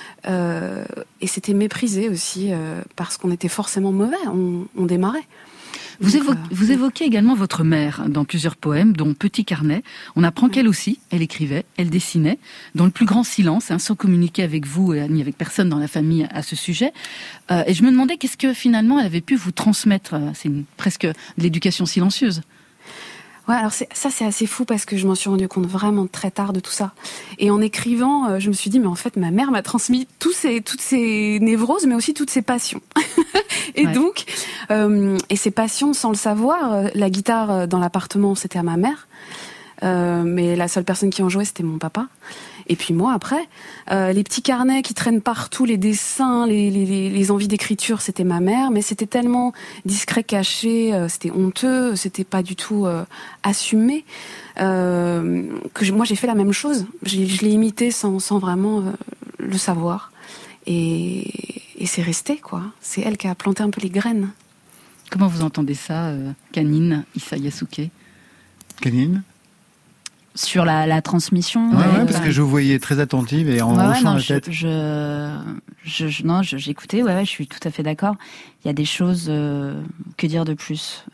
Et c'était méprisé aussi parce qu'on était forcément mauvais. On démarrait. Vous évoquez également votre mère dans plusieurs poèmes, dont Petit Carnet. On apprend qu'elle aussi, elle écrivait, elle dessinait, dans le plus grand silence, sans communiquer avec vous ni avec personne dans la famille à ce sujet. Et je me demandais qu'est-ce que finalement elle avait pu vous transmettre. C'est presque de l'éducation silencieuse. Ouais, alors c'est assez fou parce que je m'en suis rendu compte vraiment très tard de tout ça. Et en écrivant, je me suis dit, mais en fait, ma mère m'a transmis toutes ces névroses, mais aussi toutes ses passions. Et donc, et ces passions, sans le savoir, la guitare dans l'appartement, c'était à ma mère. Mais la seule personne qui en jouait, c'était mon papa. Et puis moi, après, les petits carnets qui traînent partout, les dessins, les envies d'écriture, c'était ma mère. Mais c'était tellement discret, caché, c'était honteux, c'était pas du tout assumé, que moi j'ai fait la même chose. Je l'ai imité sans vraiment le savoir. Et c'est resté, quoi. C'est elle qui a planté un peu les graines. Comment vous entendez ça, Kanine Issa Yasuke? Kanine? Sur la transmission. Ouais, parce que je vous voyais très attentive et en hochant la tête. J'écoutais, je suis tout à fait d'accord. Il y a des choses, que dire de plus?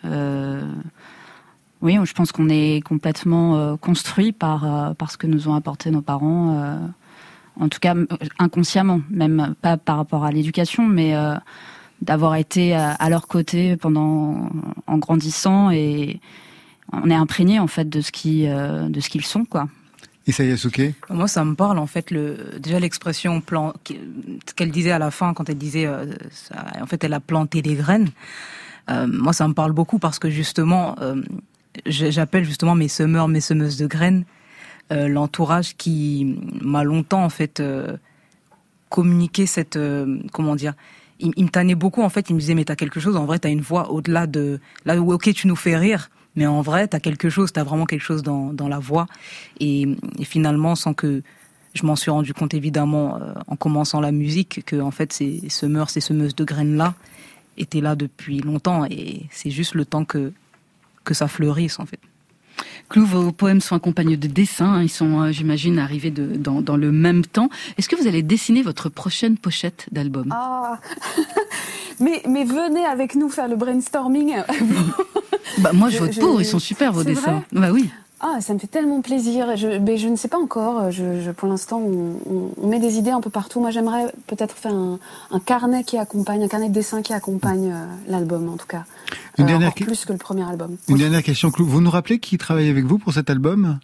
Oui, je pense qu'on est complètement construit par ce que nous ont apporté nos parents, en tout cas inconsciemment, même pas par rapport à l'éducation, mais d'avoir été à leur côté en grandissant, et on est imprégné en fait de ce qu'ils sont, quoi. Issa Yasuke? Moi, ça me parle en fait déjà l'expression qu'elle disait à la fin quand elle disait en fait elle a planté des graines. Moi, ça me parle beaucoup parce que justement, j'appelle justement mes semeurs, mes semeuses de graines, l'entourage qui m'a longtemps en fait communiqué cette comment dire. Il me tannait beaucoup en fait. Il me disait mais t'as quelque chose. En vrai, t'as une voix au-delà de là où ok tu nous fais rire. Mais en vrai, t'as quelque chose, t'as vraiment quelque chose dans la voix. Et finalement, sans que je m'en suis rendu compte évidemment en commençant la musique, que en fait ces semeurs, ces semeuses de graines-là étaient là depuis longtemps. Et c'est juste le temps que ça fleurisse en fait. Clou, vos poèmes sont accompagnés de dessins. Ils sont, j'imagine, arrivés dans le même temps. Est-ce que vous allez dessiner votre prochaine pochette d'album? Ah, mais venez avec nous faire le brainstorming. Moi, je vote pour. Ils sont super, vos dessins. Bah oui. Ah, ça me fait tellement plaisir. Mais je ne sais pas encore. Pour l'instant, on met des idées un peu partout. Moi, j'aimerais peut-être faire un carnet un carnet de dessin qui accompagne l'album, en tout cas. Encore plus que le premier album. Une dernière question, Clou. Vous nous rappelez qui travaille avec vous pour cet album?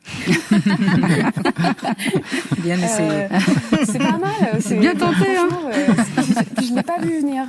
Bien essayé. C'est pas mal. C'est bien tenté, hein. Je l'ai pas vu venir.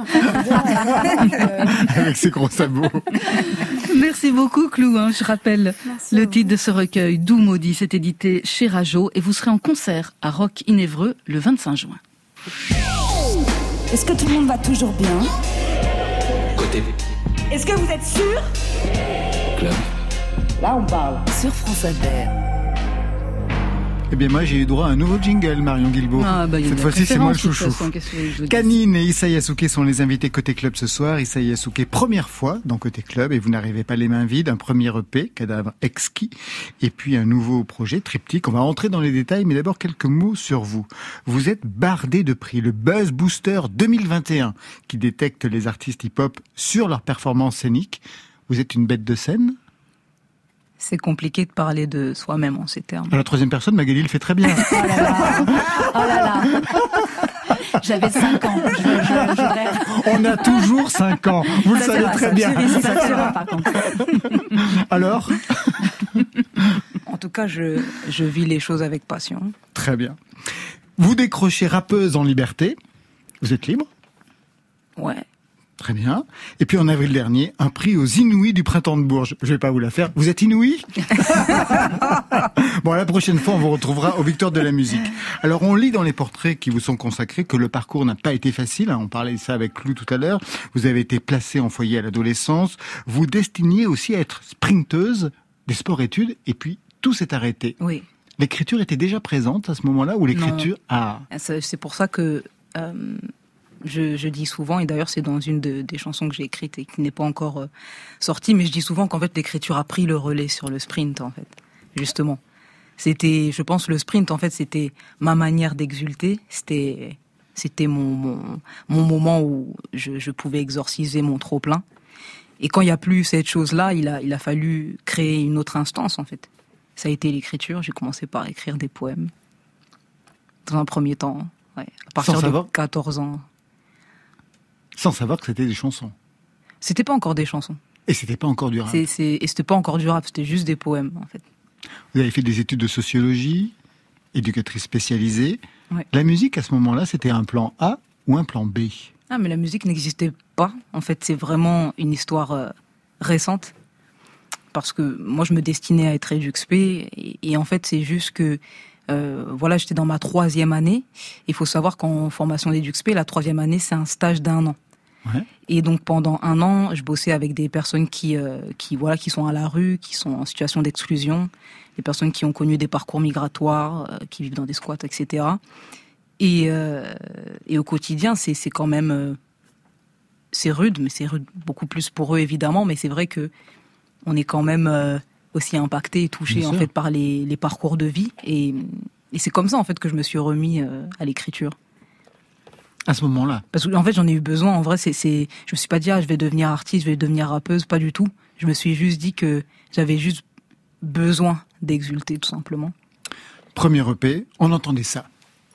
Avec ses gros sabots. Merci beaucoup, Clou. Je rappelle le titre de ce recueil, Doux Maudit, c'est édité chez Rajo, et vous serez en concert à Rock in Évreux le 25 juin. Est-ce que tout le monde va toujours bien? Côté Est-ce que vous êtes sûr? club. Là, on parle. Sur France Inter. Eh bien, moi, j'ai eu droit à un nouveau jingle, Marion Guilbault. Cette fois-ci, c'est moi le chouchou. Kanine et Issa Yasuke sont les invités Côté Club ce soir. Issa Yasuke, première fois dans Côté Club, et vous n'arrivez pas les mains vides. Un premier EP, Cadavre Exquis, et puis un nouveau projet, Triptyque. On va rentrer dans les détails, mais d'abord quelques mots sur vous. Vous êtes bardé de prix, le Buzz Booster 2021, qui détecte les artistes hip-hop sur leur performance scénique. Vous êtes une bête de scène? C'est compliqué de parler de soi-même en ces termes. À la troisième personne, Magali le fait très bien. Oh là là. Oh là là. J'avais 5 ans. On a toujours 5 ans. Vous le savez très bien. Ça, par contre. Alors? En tout cas, je vis les choses avec passion. Très bien. Vous décrochez rappeuse en liberté. Vous êtes libre? Ouais. Très bien. Et puis en avril dernier, un prix aux Inouïs du Printemps de Bourges. Je vais pas vous la faire. Vous êtes Inouïs? Bon, la prochaine fois, on vous retrouvera aux Victoires de la musique. Alors, on lit dans les portraits qui vous sont consacrés que le parcours n'a pas été facile. On parlait de ça avec Clou tout à l'heure. Vous avez été placée en foyer à l'adolescence. Vous destiniez aussi à être sprinteuse des sports-études. Et puis, tout s'est arrêté. Oui. L'écriture était déjà présente à ce moment-là ou l'écriture C'est pour ça que... Je dis souvent, et d'ailleurs c'est dans une des chansons que j'ai écrites et qui n'est pas encore sortie, mais je dis souvent qu'en fait l'écriture a pris le relais sur le sprint, en fait, justement. Je pense, le sprint, en fait, c'était ma manière d'exulter, c'était mon moment où je pouvais exorciser mon trop-plein. Et quand il n'y a plus cette chose-là, il a fallu créer une autre instance, en fait. Ça a été l'écriture, j'ai commencé par écrire des poèmes. Dans un premier temps, à partir de 14 ans. Sans savoir que c'était des chansons. C'était pas encore des chansons. Et c'était pas encore du rap. Et c'était pas encore du rap, c'était juste des poèmes, en fait. Vous avez fait des études de sociologie, éducatrice spécialisée. Ouais. La musique, à ce moment-là, c'était un plan A ou un plan B? Ah, mais la musique n'existait pas. En fait, c'est vraiment une histoire récente. Parce que moi, je me destinais à être EduxP. Et en fait, c'est juste que, voilà, j'étais dans ma 3e année. Il faut savoir qu'en formation d'EduxP, la 3e année, c'est un stage d'1 an. Ouais. Et donc, pendant 1 an, je bossais avec des personnes qui sont à la rue, qui sont en situation d'exclusion, des personnes qui ont connu des parcours migratoires, qui vivent dans des squats, etc. Et au quotidien, c'est quand même... c'est rude, mais c'est rude beaucoup plus pour eux, évidemment. Mais c'est vrai que on est quand même aussi impacté et touché, en fait, par les parcours de vie. Et c'est comme ça, en fait, que je me suis remis à l'écriture. À ce moment-là? Parce qu'en fait, j'en ai eu besoin. En vrai, je me suis pas dit, je vais devenir artiste, je vais devenir rappeuse. Pas du tout. Je me suis juste dit que j'avais juste besoin d'exulter, tout simplement. Premier EP, on entendait ça.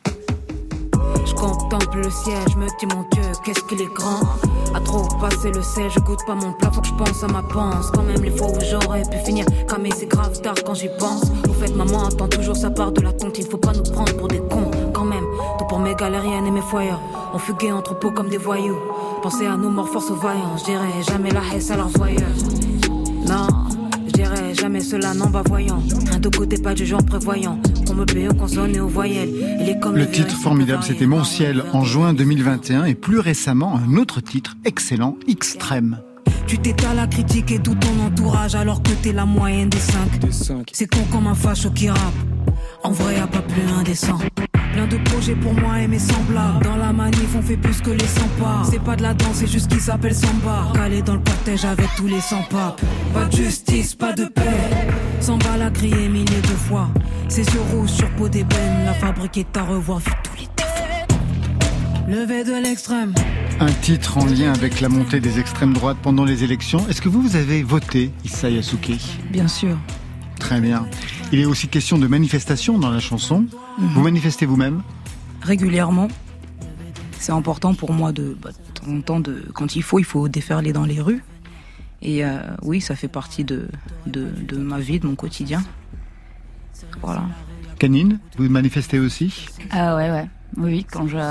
Je contemple le ciel, je me dis mon Dieu, qu'est-ce qu'il est grand. À trop passer le sel, je goûte pas mon plat, faut que je pense à ma panse. Quand même les fois où j'aurais pu finir camé, c'est grave tard quand j'y pense. Au fait, maman attend toujours sa part de la tonte, il faut pas nous prendre pour des cons. Quand même, tout pour mes galériennes et mes foyers, on fuguait en troupeau comme des voyous. Pensez à nos morts, force aux vaillants, je dirais jamais la haisse à leurs voyeurs. Non, je dirais jamais cela, non, va voyant. Rien de côté, pas de gens prévoyants. On me paye aux consonnes et aux voyelles. Le titre formidable, c'était Mon ciel en juin 2021 et plus récemment un autre titre excellent, Extrême. Tu t'étales à critiquer tout ton entourage alors que t'es la moyenne des 5. C'est con comme un facho qui rappe. En vrai, y'a pas plus indécent. Plein de projets pour moi et mes semblables. Dans la manif, on fait plus que les 100 pas. C'est pas de la danse, c'est juste qu'ils s'appellent samba. Calé dans le cortège avec tous les 100 papes. Pas de justice, pas de paix. Samba l'a crié milliers de fois. Ses yeux rouges sur peau d'ébène. La fabrique est à revoir vu tous les défauts. Levé de l'extrême. Un titre en lien avec la montée des extrêmes droites pendant les élections. Est-ce que vous avez voté, Issa Yasuke? Bien sûr. Très bien. Il est aussi question de manifestation dans la chanson. Vous manifestez vous-même? Régulièrement. C'est important pour moi de temps en temps, quand il faut déferler dans les rues. Et oui, ça fait partie de ma vie, de mon quotidien. Voilà. Canine, vous manifestez aussi? Ouais. Oui,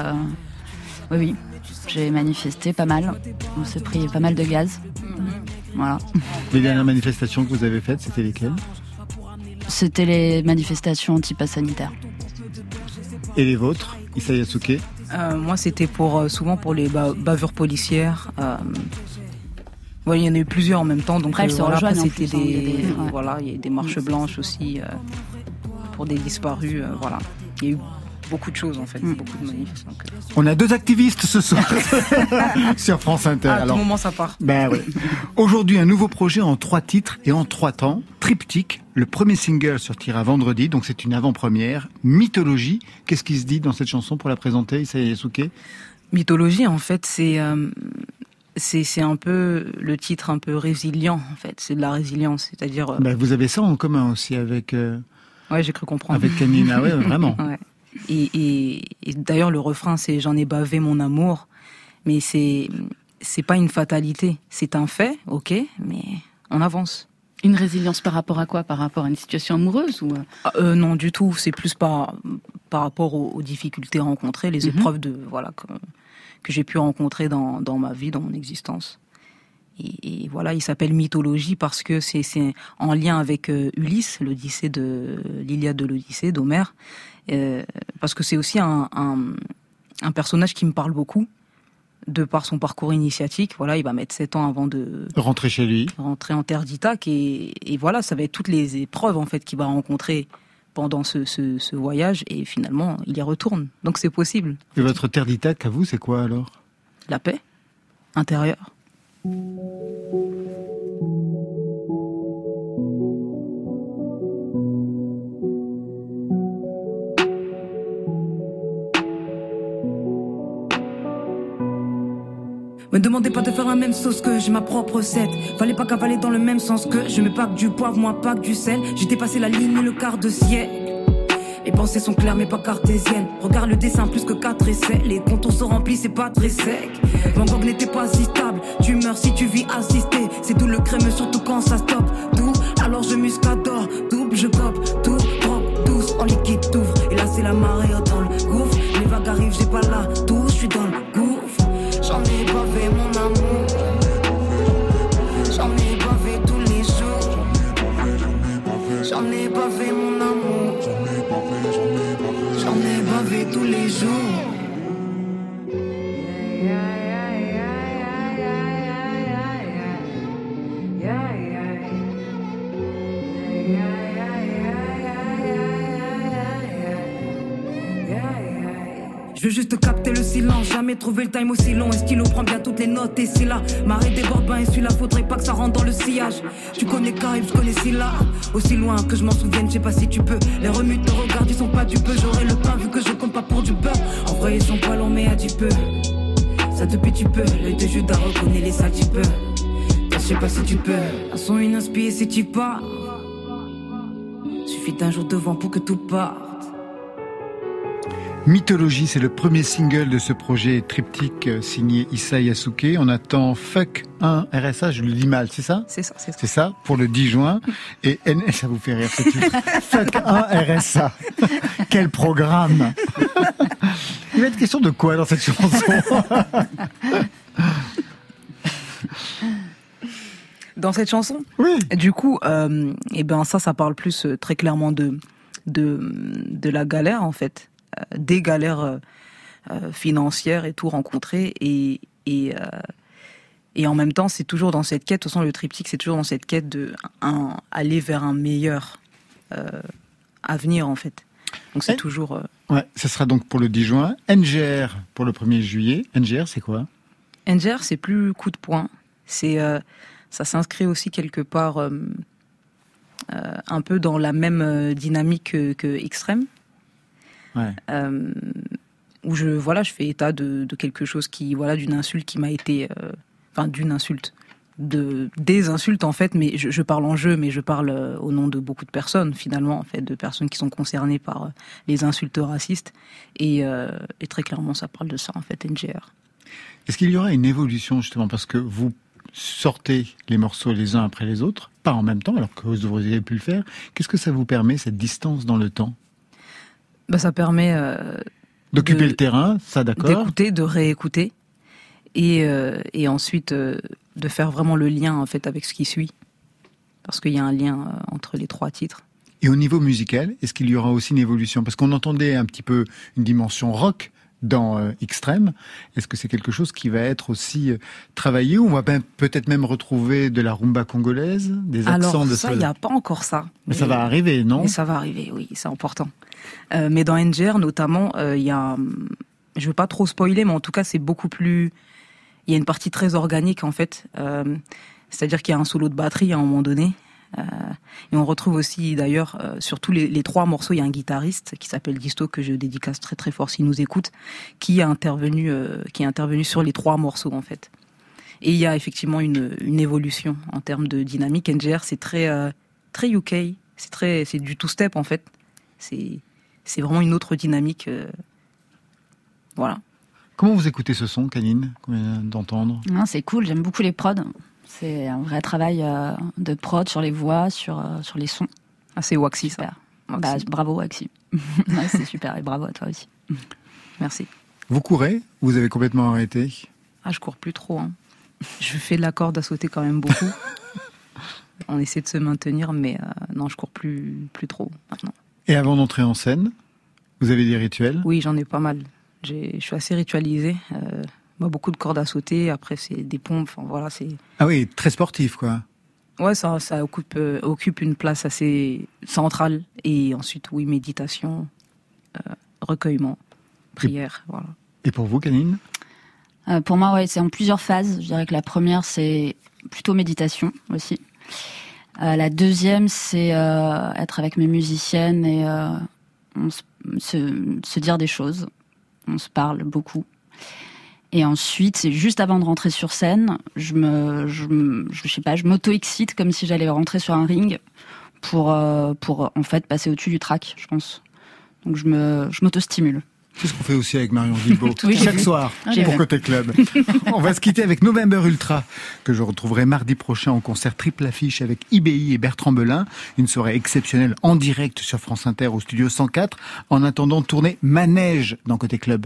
Oui. J'ai manifesté pas mal. On s'est pris pas mal de gaz. Voilà. Les dernières manifestations que vous avez faites, c'était lesquelles? C'était les manifestations anti-pass sanitaire. Et les vôtres, Issa Yasuke? Moi, c'était souvent pour les bavures policières. Il y en a eu plusieurs en même temps. Donc, après, c'était il y a des marches blanches aussi pour des disparus. Voilà. Il y a eu beaucoup de choses, en fait, beaucoup de manifs. Donc... On a 2 activistes ce soir sur France Inter. À tout moment, ça part. Ben ouais. Aujourd'hui, un nouveau projet en 3 titres et en 3 temps. Triptyque, le premier single sortira vendredi, donc c'est une avant-première. Mythologie, qu'est-ce qui se dit dans cette chanson pour la présenter, Issa Yasuke? Mythologie, en fait, c'est un peu le titre un peu résilient, en fait. C'est de la résilience, c'est-à-dire... vous avez ça en commun aussi avec... Ouais, j'ai cru comprendre. Avec Kanina, ouais, vraiment. Ouais. Et d'ailleurs, le refrain, c'est « J'en ai bavé mon amour », mais c'est pas une fatalité. C'est un fait, ok, mais on avance. Une résilience par rapport à quoi? Par rapport à une situation amoureuse ou... Non, du tout. C'est plus par rapport aux difficultés rencontrées, les épreuves que j'ai pu rencontrer dans ma vie, dans mon existence. Et voilà, il s'appelle Mythologie parce que c'est en lien avec Ulysse, l'Iliade de l'Odyssée d'Homère. Parce que c'est aussi un personnage qui me parle beaucoup, de par son parcours initiatique. Voilà, il va mettre 7 ans avant de rentrer chez lui, rentrer en terre d'Ithaque, et voilà, ça va être toutes les épreuves en fait qu'il va rencontrer pendant ce voyage, et finalement il y retourne. Donc c'est possible. Et votre terre d'Ithaque à vous, c'est quoi alors? La paix intérieure. Me demandez pas de faire la même sauce que j'ai ma propre recette. Fallait pas cavaler dans le même sens que je mets pas que du poivre, moi pas que du sel. J'ai dépassé la ligne le quart de siècle. Et pensées sont claires mais pas cartésiennes. Regarde le dessin plus que 4 essais. Les contours se remplissent, c'est pas très sec. Van Gogh n'était pas si stable. Tu meurs si tu vis assisté. C'est tout le crème surtout quand ça stoppe. D'où alors je muscadore. Double je cope. Tout drop douce en liquide t'ouvre. Et là c'est la marée dans le gouffre. Les vagues arrivent, j'ai pas la touche. Je suis dans le gouffre. J'en ai bavé mon amour. J'en ai bavé tous les jours. J'en ai bavé mon amour. J'en ai bavé tous les jours. Je veux juste capter le silence, jamais trouver le time aussi long. Un stylo prend bien toutes les notes et si là marée déborde, ben celui-là faudrait pas que ça rentre dans le sillage. Tu connais Caraïbes, je connais Silla. Aussi loin que je m'en souvienne, je sais pas si tu peux. Les remues te regardent, ils sont pas du peu. J'aurai le pain vu que je compte pas pour du beurre. En vrai ils sont pas longs mais à du peu. Ça depuis tu peux, l'œil de Judas reconnaît les sales tu peux. Je sais pas si tu peux, un son une inspire si tu pars. Suffit d'un jour de vent pour que tout parte. Mythologie, c'est le premier single de ce projet triptyque signé Issa Yasuke. On attend Fuck 1 RSA, je le dis mal, c'est ça ? C'est ça, c'est ça. C'est ça, pour le 10 juin. Et ça vous fait rire ce titre. Fuck 1 RSA. Quel programme ! Il va être question de quoi dans cette chanson ? Dans cette chanson ? Oui. Du coup, ça parle plus très clairement de la galère en fait. Des galères financières et tout rencontrées et en même temps c'est toujours dans cette quête, au sens le triptyque c'est toujours dans cette quête de aller vers un meilleur avenir en fait. Donc c'est toujours... Ouais, ça sera donc pour le 10 juin. NGR pour le 1er juillet. NGR c'est quoi ? NGR c'est plus coup de poing. C'est, ça s'inscrit aussi quelque part un peu dans la même dynamique que Extrême. Ouais. Où je fais état de quelque chose qui, d'une insulte qui m'a été, d'une insulte, des insultes en fait, mais je parle en jeu, mais je parle au nom de beaucoup de personnes finalement en fait, de personnes qui sont concernées par les insultes racistes et très clairement ça parle de ça en fait, NGR. Est-ce qu'il y aura une évolution justement parce que vous sortez les morceaux les uns après les autres, pas en même temps alors que vous auriez pu le faire. Qu'est-ce que ça vous permet cette distance dans le temps ? Ça permet d'occuper le terrain, ça d'accord. D'écouter, de réécouter, et ensuite de faire vraiment le lien en fait avec ce qui suit, parce qu'il y a un lien entre les 3 titres. Et au niveau musical, est-ce qu'il y aura aussi une évolution ? Parce qu'on entendait un petit peu une dimension rock dans Extrême. Est-ce que c'est quelque chose qui va être aussi travaillé ou on va peut-être même retrouver de la rumba congolaise, des accents de ça, il n'y a pas encore ça. Mais ça va arriver, non ? Mais ça va arriver, oui, c'est important. Mais dans NGR, notamment, il y a... Je ne veux pas trop spoiler, mais en tout cas, c'est beaucoup plus... Il y a une partie très organique, en fait. C'est-à-dire qu'il y a un solo de batterie à un moment donné. Et on retrouve aussi, d'ailleurs, sur tous les 3 morceaux, il y a un guitariste qui s'appelle Disto, que je dédicace très très fort s'il nous écoute, qui est intervenu sur les 3 morceaux, en fait. Et il y a effectivement une évolution en termes de dynamique. NGR, c'est très UK, c'est du two-step, en fait. C'est vraiment une autre dynamique. Voilà. Comment vous écoutez ce son, Canine, qu'on vient d'entendre ? Non, c'est cool, j'aime beaucoup les prods. C'est un vrai travail de prod sur les voix, sur les sons. Ah, c'est Waxy, super. Ça. Waxy. Bravo, Waxy. Ouais, c'est super, et bravo à toi aussi. Merci. Vous courez ? Vous avez complètement arrêté ? Ah, je cours plus trop. Hein. Je fais de la corde à sauter quand même beaucoup. On essaie de se maintenir, mais non, je cours plus trop maintenant. Et avant d'entrer en scène, vous avez des rituels ? Oui, j'en ai pas mal. Je suis assez ritualisée. Beaucoup de cordes à sauter, après c'est des pompes, enfin voilà, c'est... Ah oui, très sportif quoi. Ouais, ça occupe une place assez centrale. Et ensuite, oui, méditation, recueillement, prière, voilà. Et pour vous, Canine ? Pour moi, ouais, c'est en plusieurs phases. Je dirais que la première, c'est plutôt méditation aussi. La deuxième, c'est être avec mes musiciennes et se dire des choses. On se parle beaucoup. Et ensuite, c'est juste avant de rentrer sur scène, je m'auto-excite comme si j'allais rentrer sur un ring pour en fait passer au-dessus du track, je pense. Donc je m'auto-stimule. C'est ce qu'on fait aussi avec Marion Guilbault, chaque soir, J'ai pour vu. Côté Club. On va se quitter avec November Ultra, que je retrouverai mardi prochain en concert triple affiche avec IBI et Bertrand Belin. Une soirée exceptionnelle en direct sur France Inter au studio 104. En attendant, tournez Manège dans Côté Club.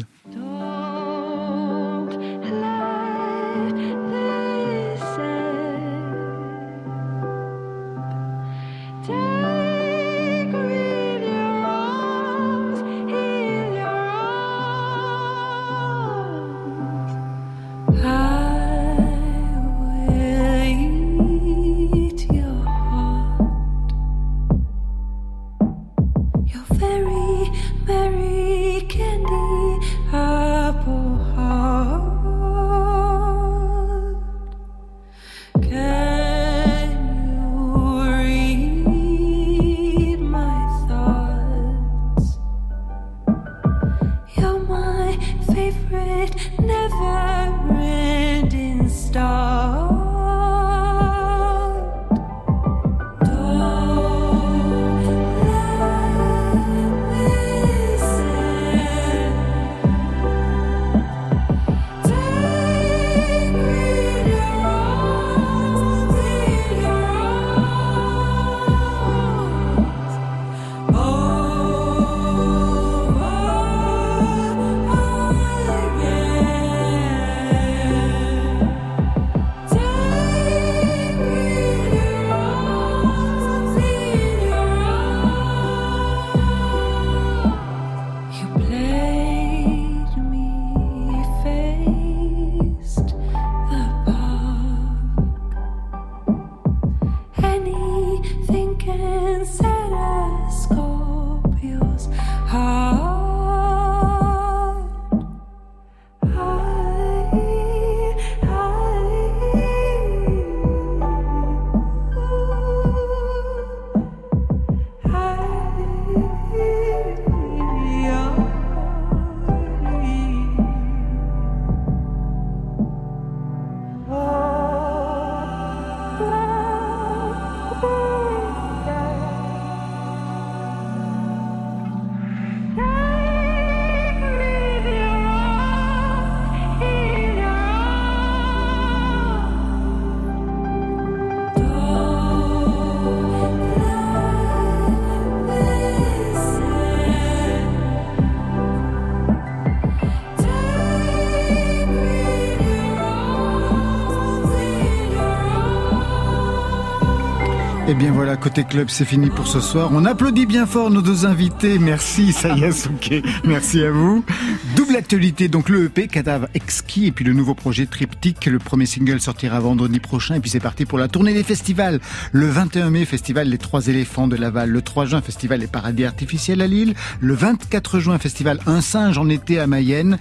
Et bien voilà, Côté Club, c'est fini pour ce soir. On applaudit bien fort nos deux invités. Merci Sayasuke, merci à vous. Double actualité, donc le EP Cadavre Exquis et puis le nouveau projet Triptyque. Le premier single sortira vendredi prochain et puis c'est parti pour la tournée des festivals. Le 21 mai, festival Les Trois Éléphants de Laval. Le 3 juin, festival Les Paradis Artificiels à Lille. Le 24 juin, festival Un Singe en été à Mayenne.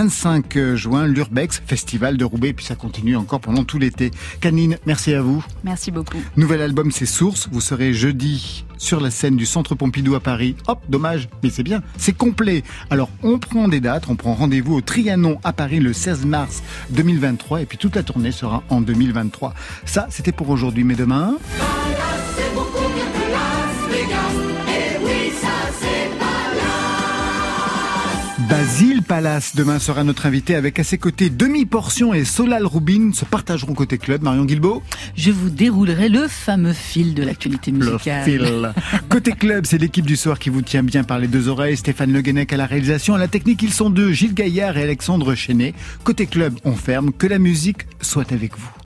25 juin, l'Urbex, festival de Roubaix. Et puis ça continue encore pendant tout l'été. Canine, merci à vous. Merci beaucoup. Nouvel album, c'est Source. Vous serez jeudi sur la scène du Centre Pompidou à Paris. Hop, dommage, mais c'est bien, c'est complet. Alors, on prend des dates, on prend rendez-vous au Trianon à Paris le 16 mars 2023 et puis toute la tournée sera en 2023. Ça, c'était pour aujourd'hui, mais demain... C'est beaucoup mieux que Las Vegas. Et oui, ça c'est Palace. Basile Palace, demain sera notre invité avec à ses côtés Demi-Portion et Solal Rubin se partageront Côté Club. Marion Guilbault. Je vous déroulerai le fameux fil de l'actualité musicale. Le fil. Côté Club, c'est l'équipe du soir qui vous tient bien par les deux oreilles. Stéphane Le Guenec à la réalisation, à la technique, ils sont deux, Gilles Gaillard et Alexandre Chenet. Côté Club, on ferme. Que la musique soit avec vous.